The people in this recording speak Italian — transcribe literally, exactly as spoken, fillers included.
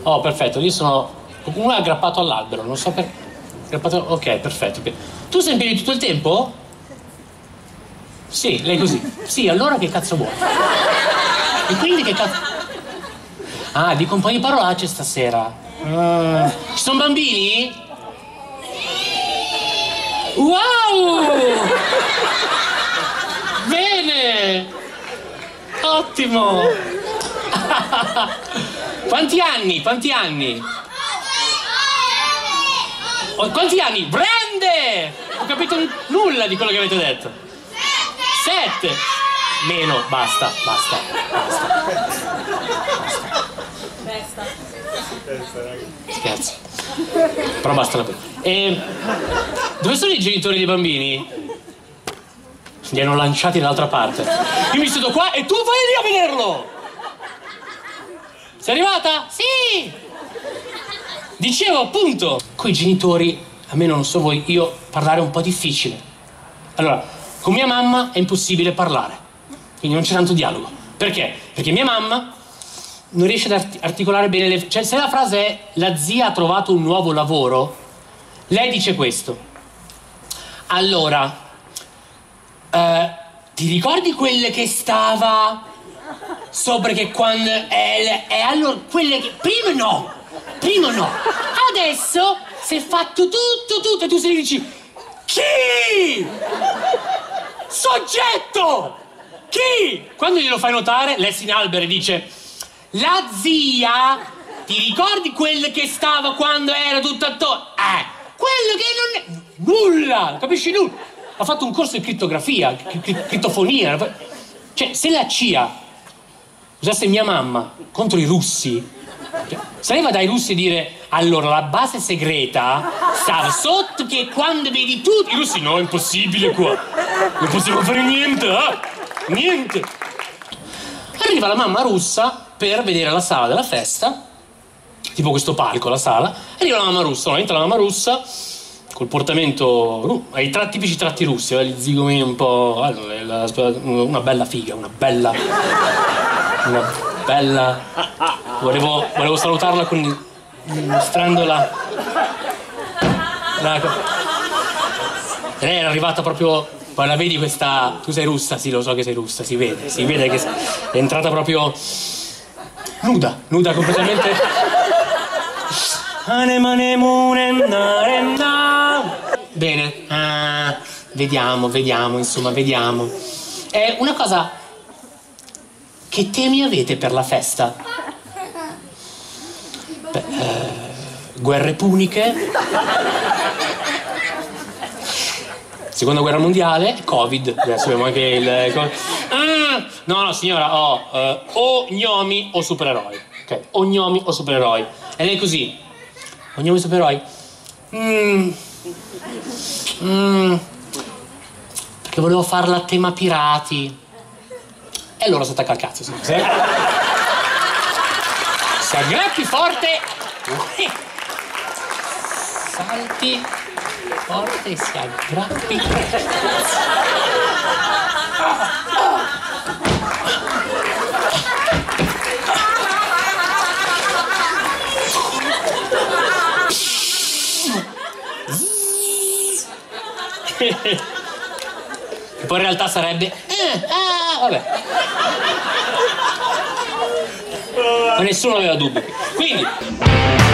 Oh, perfetto, io sono... Uno è aggrappato all'albero, non so per... Aggrappato... Ok, perfetto. Tu sei in piedi tutto il tempo? Sì, lei così. Sì, allora che cazzo vuoi? E quindi che cazzo... Ah, dico un po' di parolacce stasera. Uh, ci sono bambini? Wow! Bene! Ottimo! Quanti anni? Quanti anni? Oh, quanti anni? Brande! Ho capito nulla di quello che avete detto. Sette! Meno, basta, basta, basta. Basta. Scherzo. Però basta la pena. E dove sono i genitori dei bambini? Li hanno lanciati dall'altra parte. Io mi sedo qua e tu vai lì a vederlo! Sei arrivata? Sì! Dicevo, appunto, coi genitori, almeno non so voi, io parlare è un po' difficile. Allora, con mia mamma è impossibile parlare. Quindi non c'è tanto dialogo. Perché? Perché mia mamma non riesce ad art- articolare bene le... Cioè, se la frase è la zia ha trovato un nuovo lavoro, lei dice questo. Allora... Uh, ti ricordi quelle che stava sopra che quando è, è allora quelle che prima no prima no adesso si è fatto tutto tutto e tu sei dici chi soggetto chi quando glielo fai notare lei si inalbera e dice la zia ti ricordi quelle che stava quando era tutto attorno eh quello che non è nulla capisci nulla. Ha fatto un corso di crittografia, crittofonia. Cioè, se la C I A usasse mia mamma contro i russi, cioè, se lei va dai russi a dire allora la base segreta stava sotto che quando vedi tutti... I russi no, è impossibile qua. Non possiamo fare niente, eh? Niente. Arriva la mamma russa per vedere la sala della festa, tipo questo palco, la sala. Arriva la mamma russa, entra la mamma russa... col portamento, ai tra, tipici tratti russi, eh, gli zigomini un po', eh, la, una bella figa, una bella, una bella, volevo, volevo salutarla con, mostrando la, la, lei era arrivata proprio, poi la vedi questa, tu sei russa, sì lo so che sei russa, si vede, si vede che è entrata proprio nuda, nuda completamente. Bene, ah, vediamo, vediamo, insomma, vediamo. È una cosa... Che temi avete per la festa? Beh, eh, guerre puniche, seconda guerra mondiale, Covid, adesso abbiamo anche il... Ah, no, no, signora, ho oh, uh, o gnomi o supereroi. Ok, o gnomi o supereroi. E lei così, o gnomi o supereroi? Mmm... Mm, perché volevo farla a tema pirati. E allora si attacca al cazzo, sì. Se, se aggrappi forte, salti forte e si aggrappi. E poi in realtà sarebbe eh, ah, vabbè, ma nessuno aveva dubbi, quindi